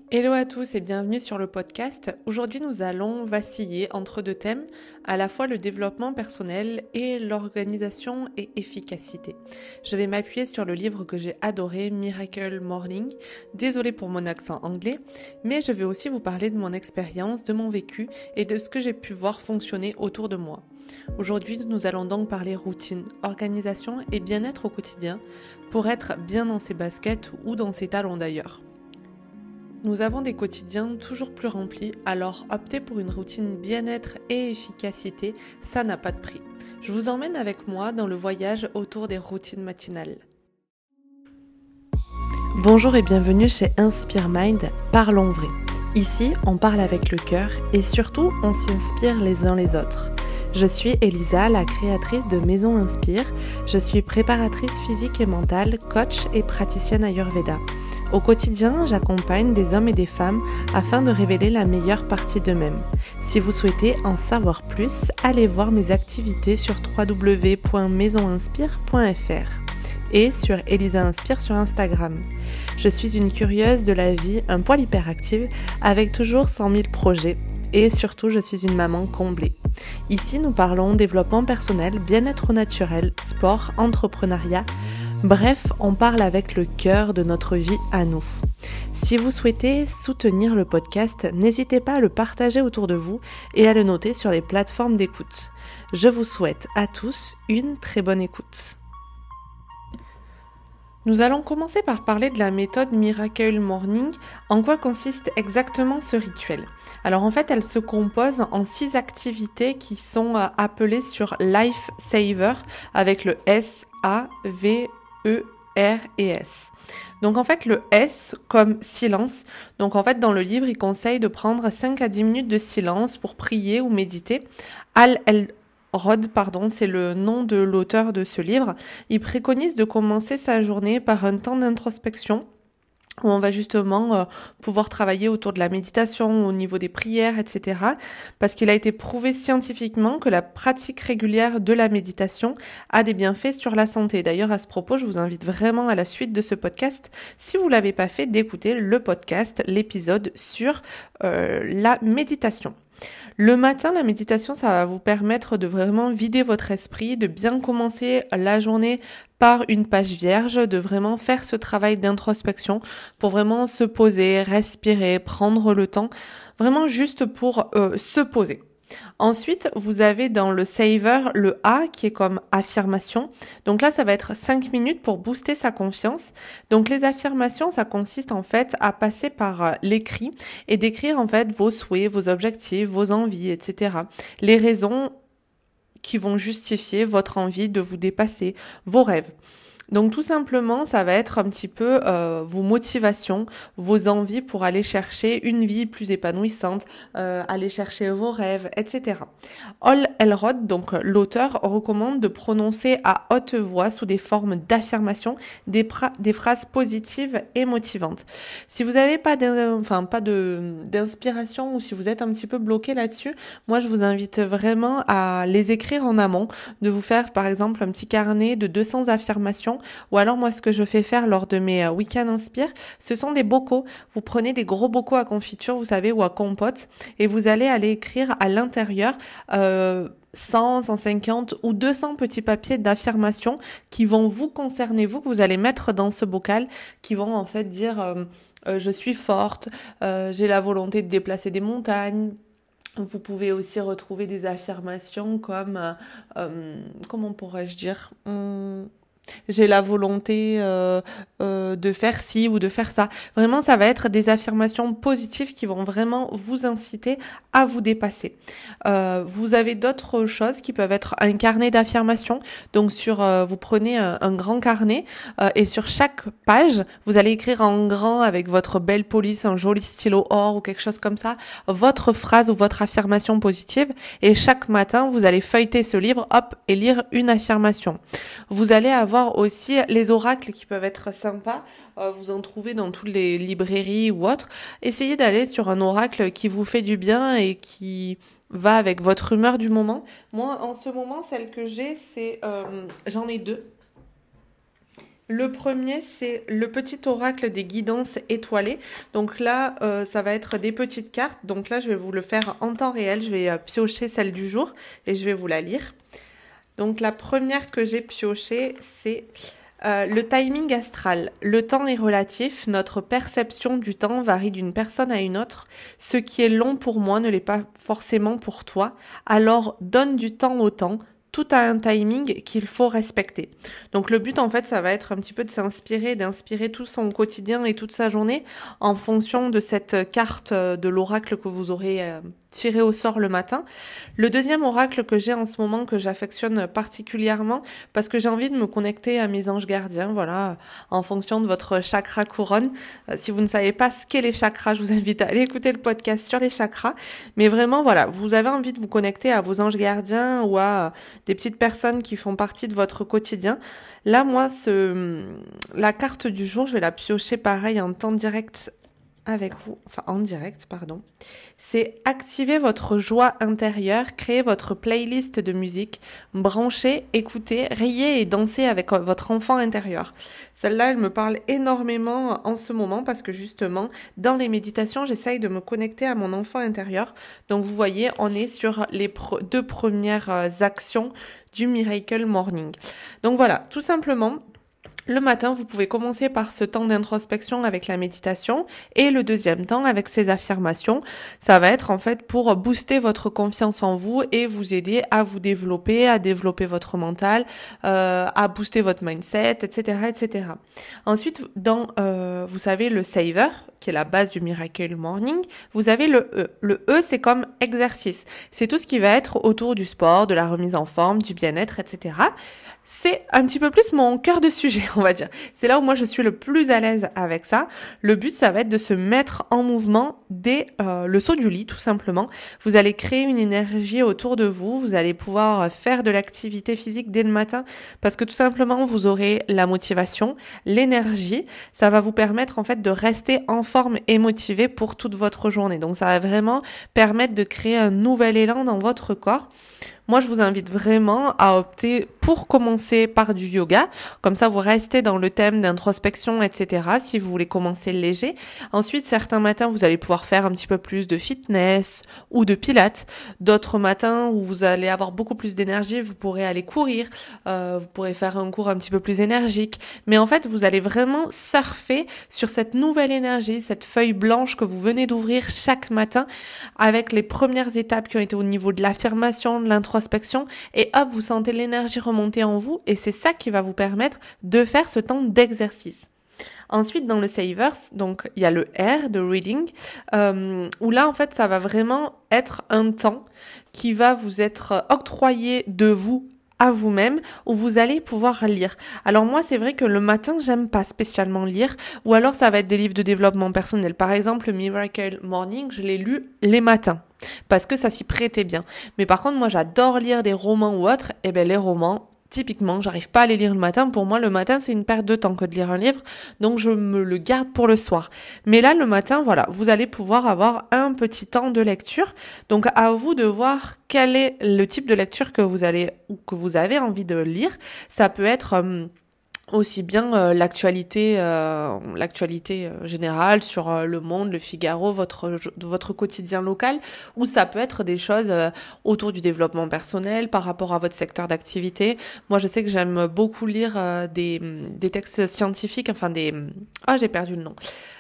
Hello à tous et bienvenue sur le podcast. Aujourd'hui, nous allons vaciller entre deux thèmes, à la fois le développement personnel et l'organisation et efficacité. Je vais m'appuyer sur le livre que j'ai adoré, Miracle Morning. Désolée pour mon accent anglais, mais je vais aussi vous parler de mon expérience, de mon vécu et de ce que j'ai pu voir fonctionner autour de moi. Aujourd'hui, nous allons donc parler routine, organisation et bien-être au quotidien pour être bien dans ses baskets ou dans ses talons d'ailleurs. Nous avons des quotidiens toujours plus remplis, alors opter pour une routine bien-être et efficacité, ça n'a pas de prix. Je vous emmène avec moi dans le voyage autour des routines matinales. Bonjour et bienvenue chez Inspire Mind, parlons vrai. Ici, on parle avec le cœur et surtout, on s'inspire les uns les autres. Je suis Elisa, la créatrice de Maison Inspire. Je suis préparatrice physique et mentale, coach et praticienne Ayurveda. Au quotidien, j'accompagne des hommes et des femmes afin de révéler la meilleure partie d'eux-mêmes. Si vous souhaitez en savoir plus, allez voir mes activités sur www.maisoninspire.fr et sur Elisa Inspire sur Instagram. Je suis une curieuse de la vie, un poil hyperactive, avec toujours 100 000 projets. Et surtout, je suis une maman comblée. Ici, nous parlons développement personnel, bien-être naturel, sport, entrepreneuriat. Bref, on parle avec le cœur de notre vie à nous. Si vous souhaitez soutenir le podcast, n'hésitez pas à le partager autour de vous et à le noter sur les plateformes d'écoute. Je vous souhaite à tous une très bonne écoute. Nous allons commencer par parler de la méthode Miracle Morning. En quoi consiste exactement ce rituel ? Alors en fait, elle se compose en 6 activités qui sont appelées sur Life Saver avec le S-A-V-E-R-E-S. Donc en fait, le S comme silence. Donc en fait, dans le livre, il conseille de prendre 5 à 10 minutes de silence pour prier ou méditer. Rod, c'est le nom de l'auteur de ce livre. Il préconise de commencer sa journée par un temps d'introspection où on va justement pouvoir travailler autour de la méditation, au niveau des prières, etc. Parce qu'il a été prouvé scientifiquement que la pratique régulière de la méditation a des bienfaits sur la santé. D'ailleurs, à ce propos, je vous invite vraiment à la suite de ce podcast, si vous ne l'avez pas fait, d'écouter le podcast, l'épisode sur la méditation. Le matin, la méditation, ça va vous permettre de vraiment vider votre esprit, de bien commencer la journée par une page vierge, de vraiment faire ce travail d'introspection pour vraiment se poser, respirer, prendre le temps, vraiment juste pour se poser. Ensuite, vous avez dans le Saver le A qui est comme affirmation. Donc là, ça va être 5 minutes pour booster sa confiance. Donc les affirmations, ça consiste en fait à passer par l'écrit et d'écrire en fait vos souhaits, vos objectifs, vos envies, etc. Les raisons qui vont justifier votre envie de vous dépasser, vos rêves. Donc tout simplement, ça va être un petit peu vos motivations, vos envies pour aller chercher une vie plus épanouissante, aller chercher vos rêves, etc. Hall Elrod, donc l'auteur, recommande de prononcer à haute voix sous des formes d'affirmation des phrases positives et motivantes. Si vous n'avez pas d'inspiration ou si vous êtes un petit peu bloqué là-dessus, moi je vous invite vraiment à les écrire en amont, de vous faire par exemple un petit carnet de 200 affirmations. Ou alors moi ce que je fais faire lors de mes week-ends Inspire, ce sont des bocaux. Vous prenez des gros bocaux à confiture, vous savez, ou à compote, et vous allez aller écrire à l'intérieur 100, 150 ou 200 petits papiers d'affirmation qui vont vous concerner, vous, que vous allez mettre dans ce bocal, qui vont en fait dire je suis forte, j'ai la volonté de déplacer des montagnes. Vous pouvez aussi retrouver des affirmations comme, comment pourrais-je dire j'ai la volonté de faire ci ou de faire ça. Vraiment, ça va être des affirmations positives qui vont vraiment vous inciter à vous dépasser. Vous avez d'autres choses qui peuvent être un carnet d'affirmations. Donc vous prenez un grand carnet et sur chaque page, vous allez écrire en grand avec votre belle police, un joli stylo or ou quelque chose comme ça, votre phrase ou votre affirmation positive. Et chaque matin, vous allez feuilleter ce livre, hop, et lire une affirmation. Vous allez avoir aussi les oracles qui peuvent être sympas. Vous en trouvez dans toutes les librairies ou autres. Essayez d'aller sur un oracle qui vous fait du bien et qui va avec votre humeur du moment. Moi, en ce moment, celle que j'ai, j'en ai 2. Le premier, c'est le petit oracle des guidances étoilées. Donc là, ça va être des petites cartes. Donc là, je vais vous le faire en temps réel. Je vais piocher celle du jour et je vais vous la lire. Donc la première que j'ai piochée, c'est le timing astral. Le temps est relatif. Notre perception du temps varie d'une personne à une autre. Ce qui est long pour moi ne l'est pas forcément pour toi. Alors donne du temps au temps. Tout a un timing qu'il faut respecter. Donc le but en fait ça va être un petit peu de s'inspirer, d'inspirer tout son quotidien et toute sa journée en fonction de cette carte de l'oracle que vous aurez tiré au sort le matin. Le deuxième oracle que j'ai en ce moment que j'affectionne particulièrement parce que j'ai envie de me connecter à mes anges gardiens, voilà, en fonction de votre chakra couronne. Si vous ne savez pas ce qu'est les chakras, je vous invite à aller écouter le podcast sur les chakras. Mais vraiment voilà, vous avez envie de vous connecter à vos anges gardiens ou à des petites personnes qui font partie de votre quotidien. Là, moi, la carte du jour, je vais la piocher pareil en temps direct avec vous, enfin en direct, pardon. C'est activer votre joie intérieure, créer votre playlist de musique, brancher, écouter, riez et danser avec votre enfant intérieur. Celle-là, elle me parle énormément en ce moment parce que justement, dans les méditations, j'essaye de me connecter à mon enfant intérieur. Donc vous voyez, on est sur les deux premières actions du Miracle Morning. Donc voilà, tout simplement, le matin, vous pouvez commencer par ce temps d'introspection avec la méditation et le deuxième temps avec ces affirmations. Ça va être en fait pour booster votre confiance en vous et vous aider à vous développer, à développer votre mental, à booster votre mindset, etc., etc. Ensuite, vous savez, le Savor, qui est la base du Miracle Morning, vous avez le E. Le E, c'est comme exercice. C'est tout ce qui va être autour du sport, de la remise en forme, du bien-être, etc. C'est un petit peu plus mon cœur de sujet, on va dire. C'est là où moi je suis le plus à l'aise avec ça. Le but, ça va être de se mettre en mouvement dès le saut du lit, tout simplement. Vous allez créer une énergie autour de vous. Vous allez pouvoir faire de l'activité physique dès le matin parce que tout simplement, vous aurez la motivation, l'énergie. Ça va vous permettre en fait de rester en forme et motivé pour toute votre journée. Donc ça va vraiment permettre de créer un nouvel élan dans votre corps. Moi, je vous invite vraiment à opter pour commencer par du yoga. Comme ça, vous restez dans le thème d'introspection, etc. si vous voulez commencer léger. Ensuite, certains matins, vous allez pouvoir faire un petit peu plus de fitness ou de pilates. D'autres matins où vous allez avoir beaucoup plus d'énergie, vous pourrez aller courir. Vous pourrez faire un cours un petit peu plus énergique. Mais en fait, vous allez vraiment surfer sur cette nouvelle énergie, cette feuille blanche que vous venez d'ouvrir chaque matin avec les premières étapes qui ont été au niveau de l'affirmation, de l'introspection, et hop, vous sentez l'énergie remonter en vous et c'est ça qui va vous permettre de faire ce temps d'exercice. Ensuite, dans le Savors, donc il y a le R de Reading, où là, en fait, ça va vraiment être un temps qui va vous être octroyé de vous à vous-même, où vous allez pouvoir lire. Alors moi, c'est vrai que le matin, j'aime pas spécialement lire, ou alors ça va être des livres de développement personnel. Par exemple, le Miracle Morning, je l'ai lu les matins, parce que ça s'y prêtait bien. Mais par contre, moi, j'adore lire des romans ou autres, et ben les romans, typiquement, j'arrive pas à les lire le matin. Pour moi, le matin, c'est une perte de temps que de lire un livre, donc je me le garde pour le soir. Mais là, le matin, voilà, vous allez pouvoir avoir un petit temps de lecture. Donc, à vous de voir quel est le type de lecture que vous avez envie de lire. Ça peut être aussi bien l'actualité générale sur Le Monde, Le Figaro, votre quotidien local, ou ça peut être des choses autour du développement personnel par rapport à votre secteur d'activité. Moi, je sais que j'aime beaucoup lire des textes scientifiques, enfin j'ai perdu le nom.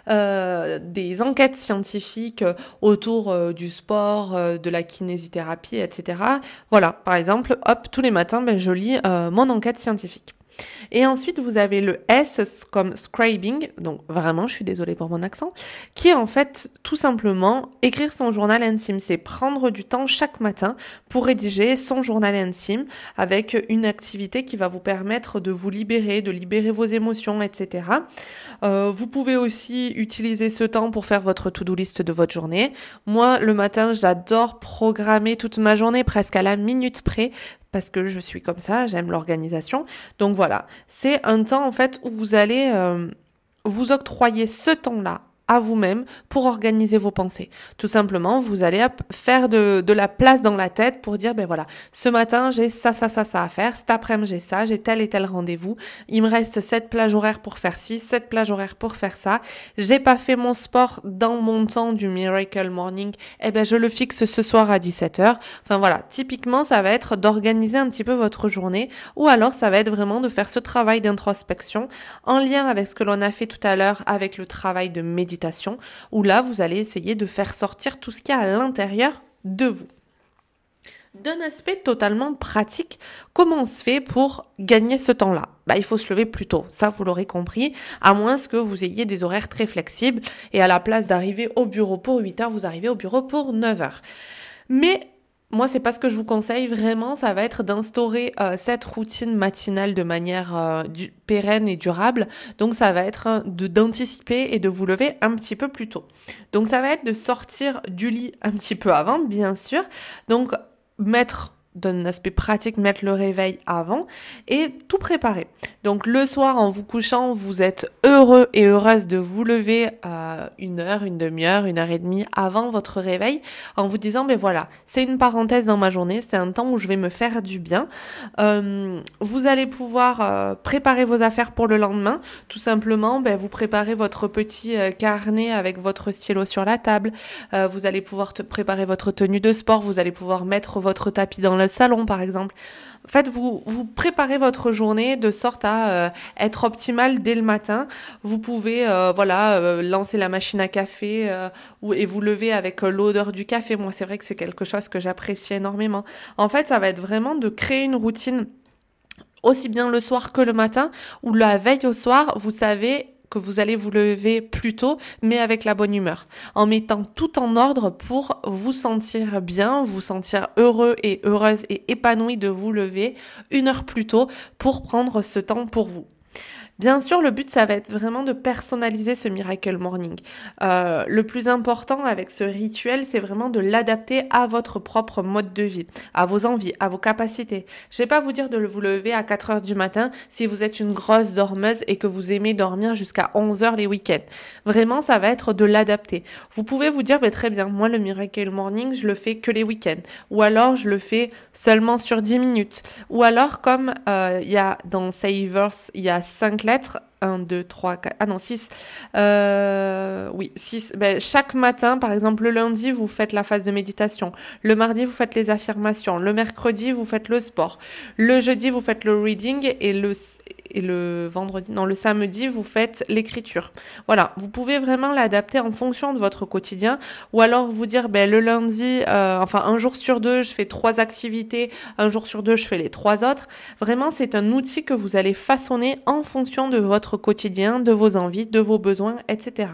Des enquêtes scientifiques autour du sport, de la kinésithérapie, etc. Voilà, par exemple, hop, tous les matins, je lis mon enquête scientifique. Et ensuite, vous avez le S comme scribing, donc vraiment, je suis désolée pour mon accent, qui est en fait tout simplement écrire son journal intime. C'est prendre du temps chaque matin pour rédiger son journal intime avec une activité qui va vous permettre de vous libérer, de libérer vos émotions, etc. Vous pouvez aussi utiliser ce temps pour faire votre to-do list de votre journée. Moi, le matin, j'adore programmer toute ma journée presque à la minute près, parce que je suis comme ça, j'aime l'organisation. Donc voilà, c'est un temps en fait où vous allez vous octroyer ce temps-là à vous-même pour organiser vos pensées. Tout simplement, vous allez faire de la place dans la tête pour dire, ben voilà, ce matin, j'ai ça à faire, cet après-midi, j'ai ça, j'ai tel et tel rendez-vous, il me reste cette plage horaire pour faire ci, cette plage horaire pour faire ça, j'ai pas fait mon sport dans mon temps du Miracle Morning, eh ben je le fixe ce soir à 17h. Enfin voilà, typiquement, ça va être d'organiser un petit peu votre journée, ou alors ça va être vraiment de faire ce travail d'introspection en lien avec ce que l'on a fait tout à l'heure avec le travail de méditation, où là, vous allez essayer de faire sortir tout ce qu'il y a à l'intérieur de vous. D'un aspect totalement pratique, comment on se fait pour gagner ce temps-là ? Il faut se lever plus tôt, ça vous l'aurez compris, à moins que vous ayez des horaires très flexibles et à la place d'arriver au bureau pour 8h, vous arrivez au bureau pour 9h. Mais moi, c'est pas ce que je vous conseille, vraiment, ça va être d'instaurer cette routine matinale de manière pérenne et durable. Donc, ça va être d'anticiper et de vous lever un petit peu plus tôt. Donc, ça va être de sortir du lit un petit peu avant, bien sûr. Donc, d'un aspect pratique, mettre le réveil avant et tout préparer. Donc le soir, en vous couchant, vous êtes heureux et heureuse de vous lever une heure, une demi-heure, 1h30 avant votre réveil en vous disant, ben voilà, c'est une parenthèse dans ma journée, c'est un temps où je vais me faire du bien. Vous allez pouvoir préparer vos affaires pour le lendemain. Tout simplement, vous préparez votre petit carnet avec votre stylo sur la table. Vous allez pouvoir préparer votre tenue de sport. Vous allez pouvoir mettre votre tapis dans le salon, par exemple. En fait, vous préparez votre journée de sorte à être optimale dès le matin. Vous pouvez lancer la machine à café et vous lever avec l'odeur du café. Moi, c'est vrai que c'est quelque chose que j'apprécie énormément. En fait, ça va être vraiment de créer une routine aussi bien le soir que le matin, ou la veille au soir, vous savez que vous allez vous lever plus tôt, mais avec la bonne humeur, en mettant tout en ordre pour vous sentir bien, vous sentir heureux et heureuse et épanoui de vous lever 1 heure plus tôt pour prendre ce temps pour vous. Bien sûr, le but, ça va être vraiment de personnaliser ce Miracle Morning. Le plus important avec ce rituel, c'est vraiment de l'adapter à votre propre mode de vie, à vos envies, à vos capacités. Je vais pas vous dire de vous lever à 4h du matin si vous êtes une grosse dormeuse et que vous aimez dormir jusqu'à 11h les week-ends. Vraiment, ça va être de l'adapter. Vous pouvez vous dire, très bien, moi, le Miracle Morning, je le fais que les week-ends. Ou alors, je le fais seulement sur 10 minutes. Ou alors, comme il y a dans Savers, il y a 5 lettres, 1, 2, 3, 4, 6. 6. Chaque matin, par exemple, le lundi, vous faites la phase de méditation. Le mardi, vous faites les affirmations. Le mercredi, vous faites le sport. Le jeudi, vous faites le reading et le samedi, vous faites l'écriture. Voilà, vous pouvez vraiment l'adapter en fonction de votre quotidien, ou alors vous dire, le lundi, un jour sur 2, je fais 3 activités, un jour sur 2, je fais les 3 autres. Vraiment, c'est un outil que vous allez façonner en fonction de votre quotidien, de vos envies, de vos besoins, etc.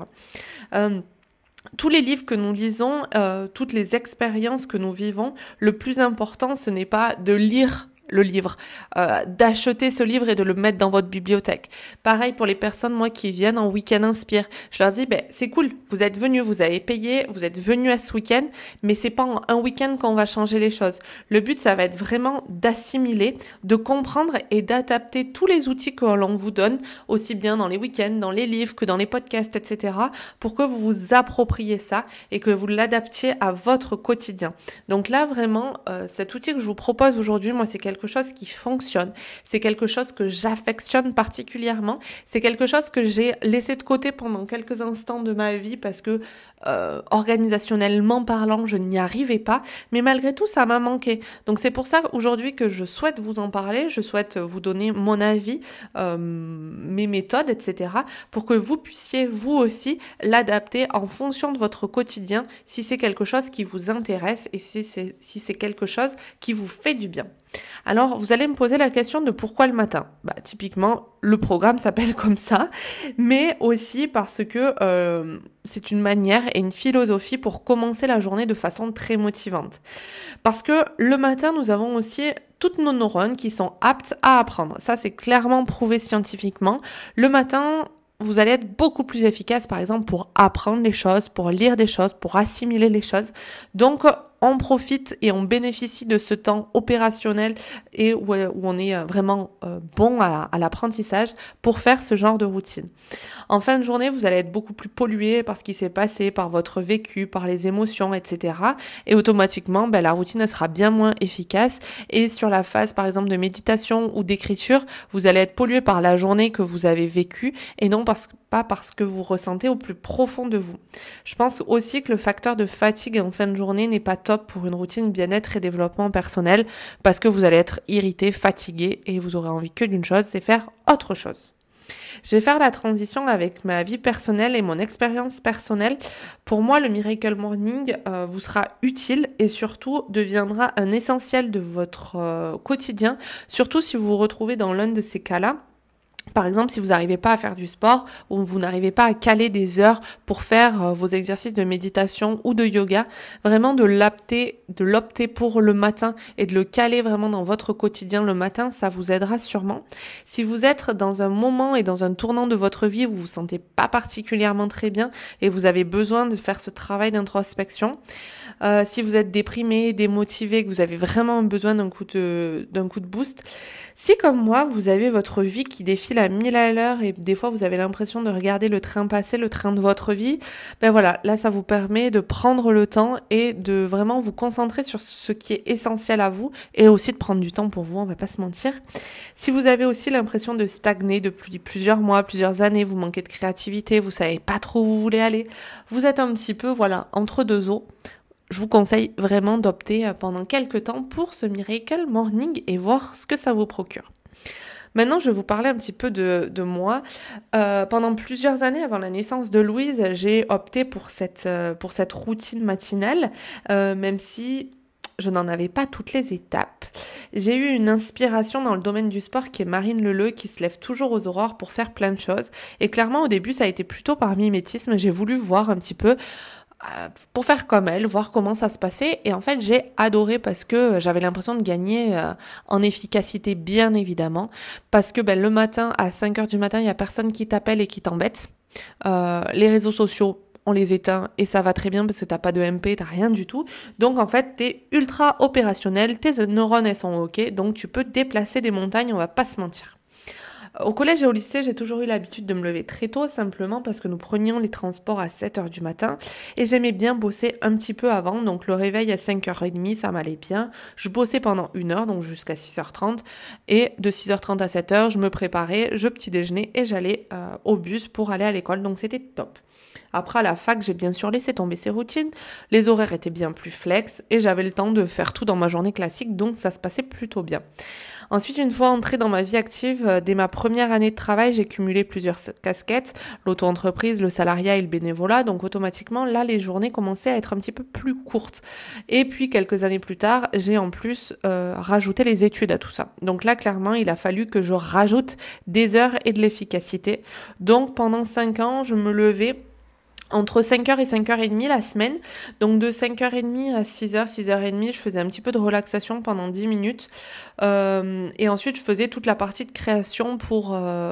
Tous les livres que nous lisons, toutes les expériences que nous vivons, le plus important, ce n'est pas de lire le livre, d'acheter ce livre et de le mettre dans votre bibliothèque. Pareil pour les personnes, moi, qui viennent en week-end Inspire. Je leur dis, c'est cool, vous êtes venus, vous avez payé, vous êtes venus à ce week-end, mais c'est pas en un week-end qu'on va changer les choses. Le but, ça va être vraiment d'assimiler, de comprendre et d'adapter tous les outils que l'on vous donne, aussi bien dans les week-ends, dans les livres que dans les podcasts, etc., pour que vous vous appropriez ça et que vous l'adaptiez à votre quotidien. Donc là, vraiment, cet outil que je vous propose aujourd'hui, moi, c'est quelque chose qui fonctionne, c'est quelque chose que j'affectionne particulièrement, c'est quelque chose que j'ai laissé de côté pendant quelques instants de ma vie parce que organisationnellement parlant, je n'y arrivais pas, mais malgré tout, ça m'a manqué. Donc c'est pour ça aujourd'hui que je souhaite vous en parler, je souhaite vous donner mon avis, mes méthodes, etc., pour que vous puissiez vous aussi l'adapter en fonction de votre quotidien, si c'est quelque chose qui vous intéresse et si c'est quelque chose qui vous fait du bien. Alors, vous allez me poser la question de pourquoi le matin ? Typiquement, le programme s'appelle comme ça, mais aussi parce que c'est une manière et une philosophie pour commencer la journée de façon très motivante. Parce que le matin, nous avons aussi toutes nos neurones qui sont aptes à apprendre. Ça, c'est clairement prouvé scientifiquement. Le matin, vous allez être beaucoup plus efficace, par exemple, pour apprendre les choses, pour lire des choses, pour assimiler les choses. Donc, on profite et on bénéficie de ce temps opérationnel et où on est vraiment bon à l'apprentissage pour faire ce genre de routine. En fin de journée, vous allez être beaucoup plus pollué par ce qui s'est passé, par votre vécu, par les émotions, etc. Et automatiquement, la routine elle sera bien moins efficace. Et sur la phase, par exemple, de méditation ou d'écriture, vous allez être pollué par la journée que vous avez vécue et non pas parce que vous ressentez au plus profond de vous. Je pense aussi que le facteur de fatigue en fin de journée n'est pas top pour une routine bien-être et développement personnel parce que vous allez être irrité, fatigué et vous aurez envie que d'une chose, c'est faire autre chose. Je vais faire la transition avec ma vie personnelle et mon expérience personnelle. Pour moi, le Miracle Morning vous sera utile et surtout deviendra un essentiel de votre quotidien, surtout si vous vous retrouvez dans l'un de ces cas-là. Par exemple, si vous n'arrivez pas à faire du sport ou vous n'arrivez pas à caler des heures pour faire vos exercices de méditation ou de yoga, vraiment de l'opter pour le matin et de le caler vraiment dans votre quotidien le matin, ça vous aidera sûrement. Si vous êtes dans un moment et dans un tournant de votre vie où vous vous sentez pas particulièrement très bien et vous avez besoin de faire ce travail d'introspection, si vous êtes déprimé, démotivé, que vous avez vraiment besoin d'un coup de boost, si comme moi, vous avez votre vie qui défile à 1000 à l'heure et des fois vous avez l'impression de regarder le train passer, le train de votre vie, voilà, là ça vous permet de prendre le temps et de vraiment vous concentrer sur ce qui est essentiel à vous et aussi de prendre du temps pour vous, on va pas se mentir. Si vous avez aussi l'impression de stagner depuis plusieurs mois, plusieurs années, vous manquez de créativité, vous savez pas trop où vous voulez aller, vous êtes un petit peu, entre deux eaux, je vous conseille vraiment d'opter pendant quelques temps pour ce Miracle Morning et voir ce que ça vous procure. Maintenant, je vais vous parler un petit peu de moi. Pendant plusieurs années avant la naissance de Louise, j'ai opté pour cette routine matinale, même si je n'en avais pas toutes les étapes. J'ai eu une inspiration dans le domaine du sport qui est Marine Leleu, qui se lève toujours aux aurores pour faire plein de choses. Et clairement, au début, ça a été plutôt par mimétisme. J'ai voulu voir un petit peu pour faire comme elle, voir comment ça se passait. Et en fait, j'ai adoré parce que j'avais l'impression de gagner en efficacité, bien évidemment. Parce que le matin, à 5h du matin, il n'y a personne qui t'appelle et qui t'embête. Les réseaux sociaux, on les éteint et ça va très bien parce que t'as pas de MP, t'as rien du tout. Donc en fait, t'es ultra opérationnel, tes neurones elles sont ok, donc tu peux déplacer des montagnes, on va pas se mentir. Au collège et au lycée, j'ai toujours eu l'habitude de me lever très tôt, simplement parce que nous prenions les transports à 7h du matin et j'aimais bien bosser un petit peu avant, donc le réveil à 5h30, ça m'allait bien. Je bossais pendant 1 heure, donc jusqu'à 6h30 et de 6h30 à 7h, je me préparais, je petit déjeunais et j'allais au bus pour aller à l'école, donc c'était top. Après, à la fac, j'ai bien sûr laissé tomber ces routines. Les horaires étaient bien plus flex et j'avais le temps de faire tout dans ma journée classique, donc ça se passait plutôt bien. Ensuite, une fois entrée dans ma vie active, dès ma première année de travail, j'ai cumulé plusieurs casquettes, l'auto-entreprise, le salariat et le bénévolat. Donc automatiquement, là, les journées commençaient à être un petit peu plus courtes. Et puis, quelques années plus tard, j'ai en plus rajouté les études à tout ça. Donc là, clairement, il a fallu que je rajoute des heures et de l'efficacité. Donc pendant 5 ans, je me levais entre 5h et 5h30 la semaine. Donc de 5h30 à 6h, 6h30, je faisais un petit peu de relaxation pendant 10 minutes. Et ensuite, je faisais toute la partie de création pour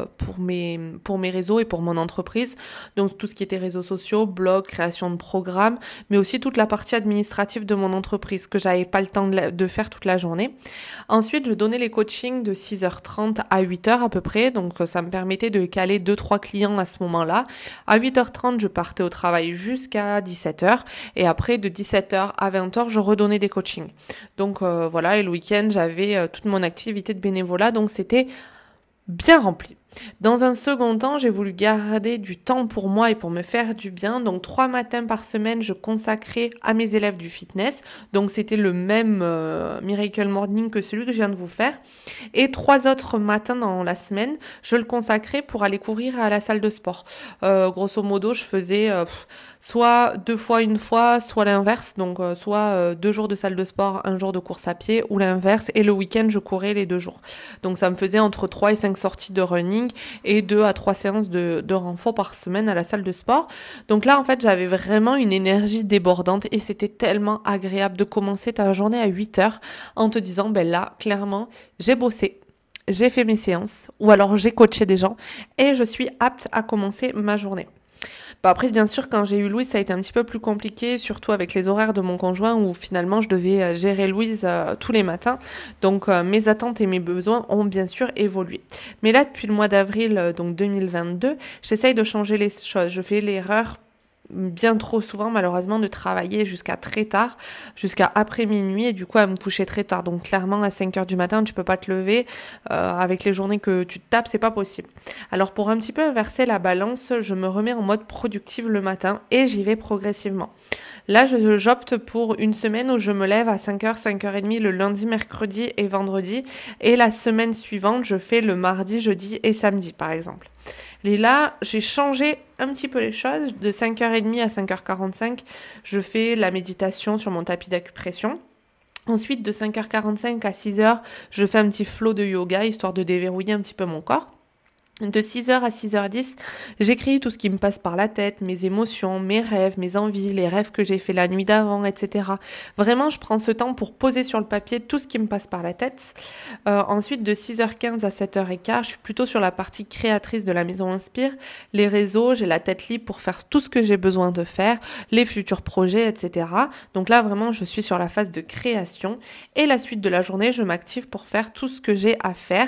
mes réseaux et pour mon entreprise. Donc tout ce qui était réseaux sociaux, blog, création de programmes, mais aussi toute la partie administrative de mon entreprise que j'avais pas le temps de faire toute la journée. Ensuite, je donnais les coachings de 6h30 à 8h à peu près. Donc ça me permettait de caler 2-3 clients à ce moment-là. À 8h30, je partais au travail jusqu'à 17h et après de 17h à 20h je redonnais des coachings. Donc voilà, et le week-end j'avais toute mon activité de bénévolat, donc c'était bien rempli. Dans un second temps, j'ai voulu garder du temps pour moi et pour me faire du bien. Donc 3 matins par semaine, je consacrais à mes élèves du fitness. Donc c'était le même Miracle Morning que celui que je viens de vous faire. Et 3 autres matins dans la semaine, je le consacrais pour aller courir à la salle de sport. Grosso modo, je faisais soit 2 fois une fois, soit l'inverse. Donc soit 2 jours de salle de sport, 1 jour de course à pied ou l'inverse. Et le week-end, je courais les 2 jours. Donc ça me faisait entre 3 et 5 sorties de running et 2 à 3 séances de renfort par semaine à la salle de sport. Donc là, en fait, j'avais vraiment une énergie débordante et c'était tellement agréable de commencer ta journée à 8h en te disant, là, clairement, j'ai bossé, j'ai fait mes séances ou alors j'ai coaché des gens et je suis apte à commencer ma journée. Bah après, bien sûr, quand j'ai eu Louise, ça a été un petit peu plus compliqué, surtout avec les horaires de mon conjoint où finalement je devais gérer Louise tous les matins. Donc mes attentes et mes besoins ont bien sûr évolué. Mais là, depuis le mois d'avril donc 2022, j'essaye de changer les choses. Je fais l'erreur bien trop souvent malheureusement de travailler jusqu'à très tard, jusqu'à après minuit et du coup à me coucher très tard. Donc clairement à 5h du matin tu peux pas te lever, avec les journées que tu te tapes c'est pas possible. Alors pour un petit peu inverser la balance, je me remets en mode productive le matin et j'y vais progressivement. Là j'opte pour une semaine où je me lève à 5h, 5h30 le lundi, mercredi et vendredi et la semaine suivante je fais le mardi, jeudi et samedi par exemple. Et là, j'ai changé un petit peu les choses. De 5h30 à 5h45, je fais la méditation sur mon tapis d'acupression. Ensuite, de 5h45 à 6h, je fais un petit flow de yoga, histoire de déverrouiller un petit peu mon corps. De 6h à 6h10, j'écris tout ce qui me passe par la tête, mes émotions, mes rêves, mes envies, les rêves que j'ai fait la nuit d'avant, etc. Vraiment, je prends ce temps pour poser sur le papier tout ce qui me passe par la tête. Ensuite, de 6h15 à 7h15, je suis plutôt sur la partie créatrice de la Maison Inspire. Les réseaux, j'ai la tête libre pour faire tout ce que j'ai besoin de faire, les futurs projets, etc. Donc là, vraiment, je suis sur la phase de création. Et la suite de la journée, je m'active pour faire tout ce que j'ai à faire,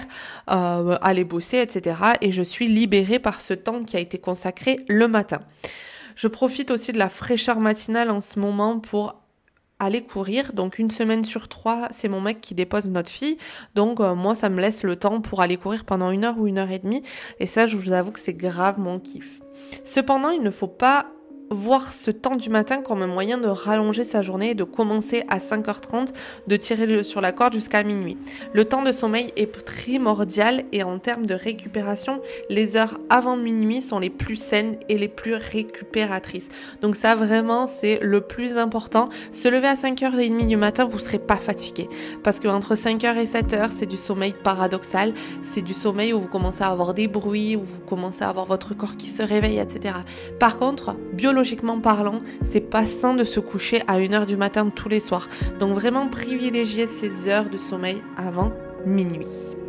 aller bosser, etc. Et je suis libérée par ce temps qui a été consacré le matin. Je profite aussi de la fraîcheur matinale en ce moment pour aller courir. Donc 1 semaine sur 3, c'est mon mec qui dépose notre fille. Donc moi, ça me laisse le temps pour aller courir pendant 1 heure ou 1h30. Et ça, je vous avoue que c'est grave mon kiff. Cependant, il ne faut pas voir ce temps du matin comme un moyen de rallonger sa journée et de commencer à 5h30, de tirer sur la corde jusqu'à minuit. Le temps de sommeil est primordial et en termes de récupération, les heures avant minuit sont les plus saines et les plus récupératrices. Donc ça vraiment c'est le plus important. Se lever à 5h30 du matin, vous ne serez pas fatigué parce qu'entre 5h et 7h, c'est du sommeil paradoxal, c'est du sommeil où vous commencez à avoir des bruits, où vous commencez à avoir votre corps qui se réveille, etc. Par contre, biologiquement parlant, c'est pas sain de se coucher à 1h du matin tous les soirs. Donc vraiment privilégiez ces heures de sommeil avant minuit.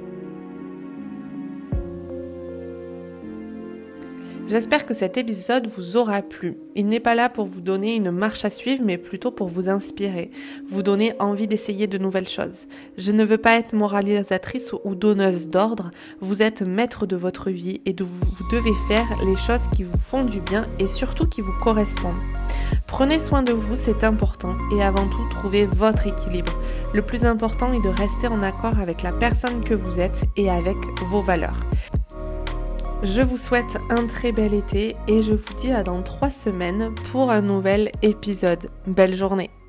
J'espère que cet épisode vous aura plu. Il n'est pas là pour vous donner une marche à suivre, mais plutôt pour vous inspirer, vous donner envie d'essayer de nouvelles choses. Je ne veux pas être moralisatrice ou donneuse d'ordre. Vous êtes maître de votre vie et vous devez faire les choses qui vous font du bien et surtout qui vous correspondent. Prenez soin de vous, c'est important, et avant tout, trouvez votre équilibre. Le plus important est de rester en accord avec la personne que vous êtes et avec vos valeurs. Je vous souhaite un très bel été et je vous dis à dans 3 semaines pour un nouvel épisode. Belle journée!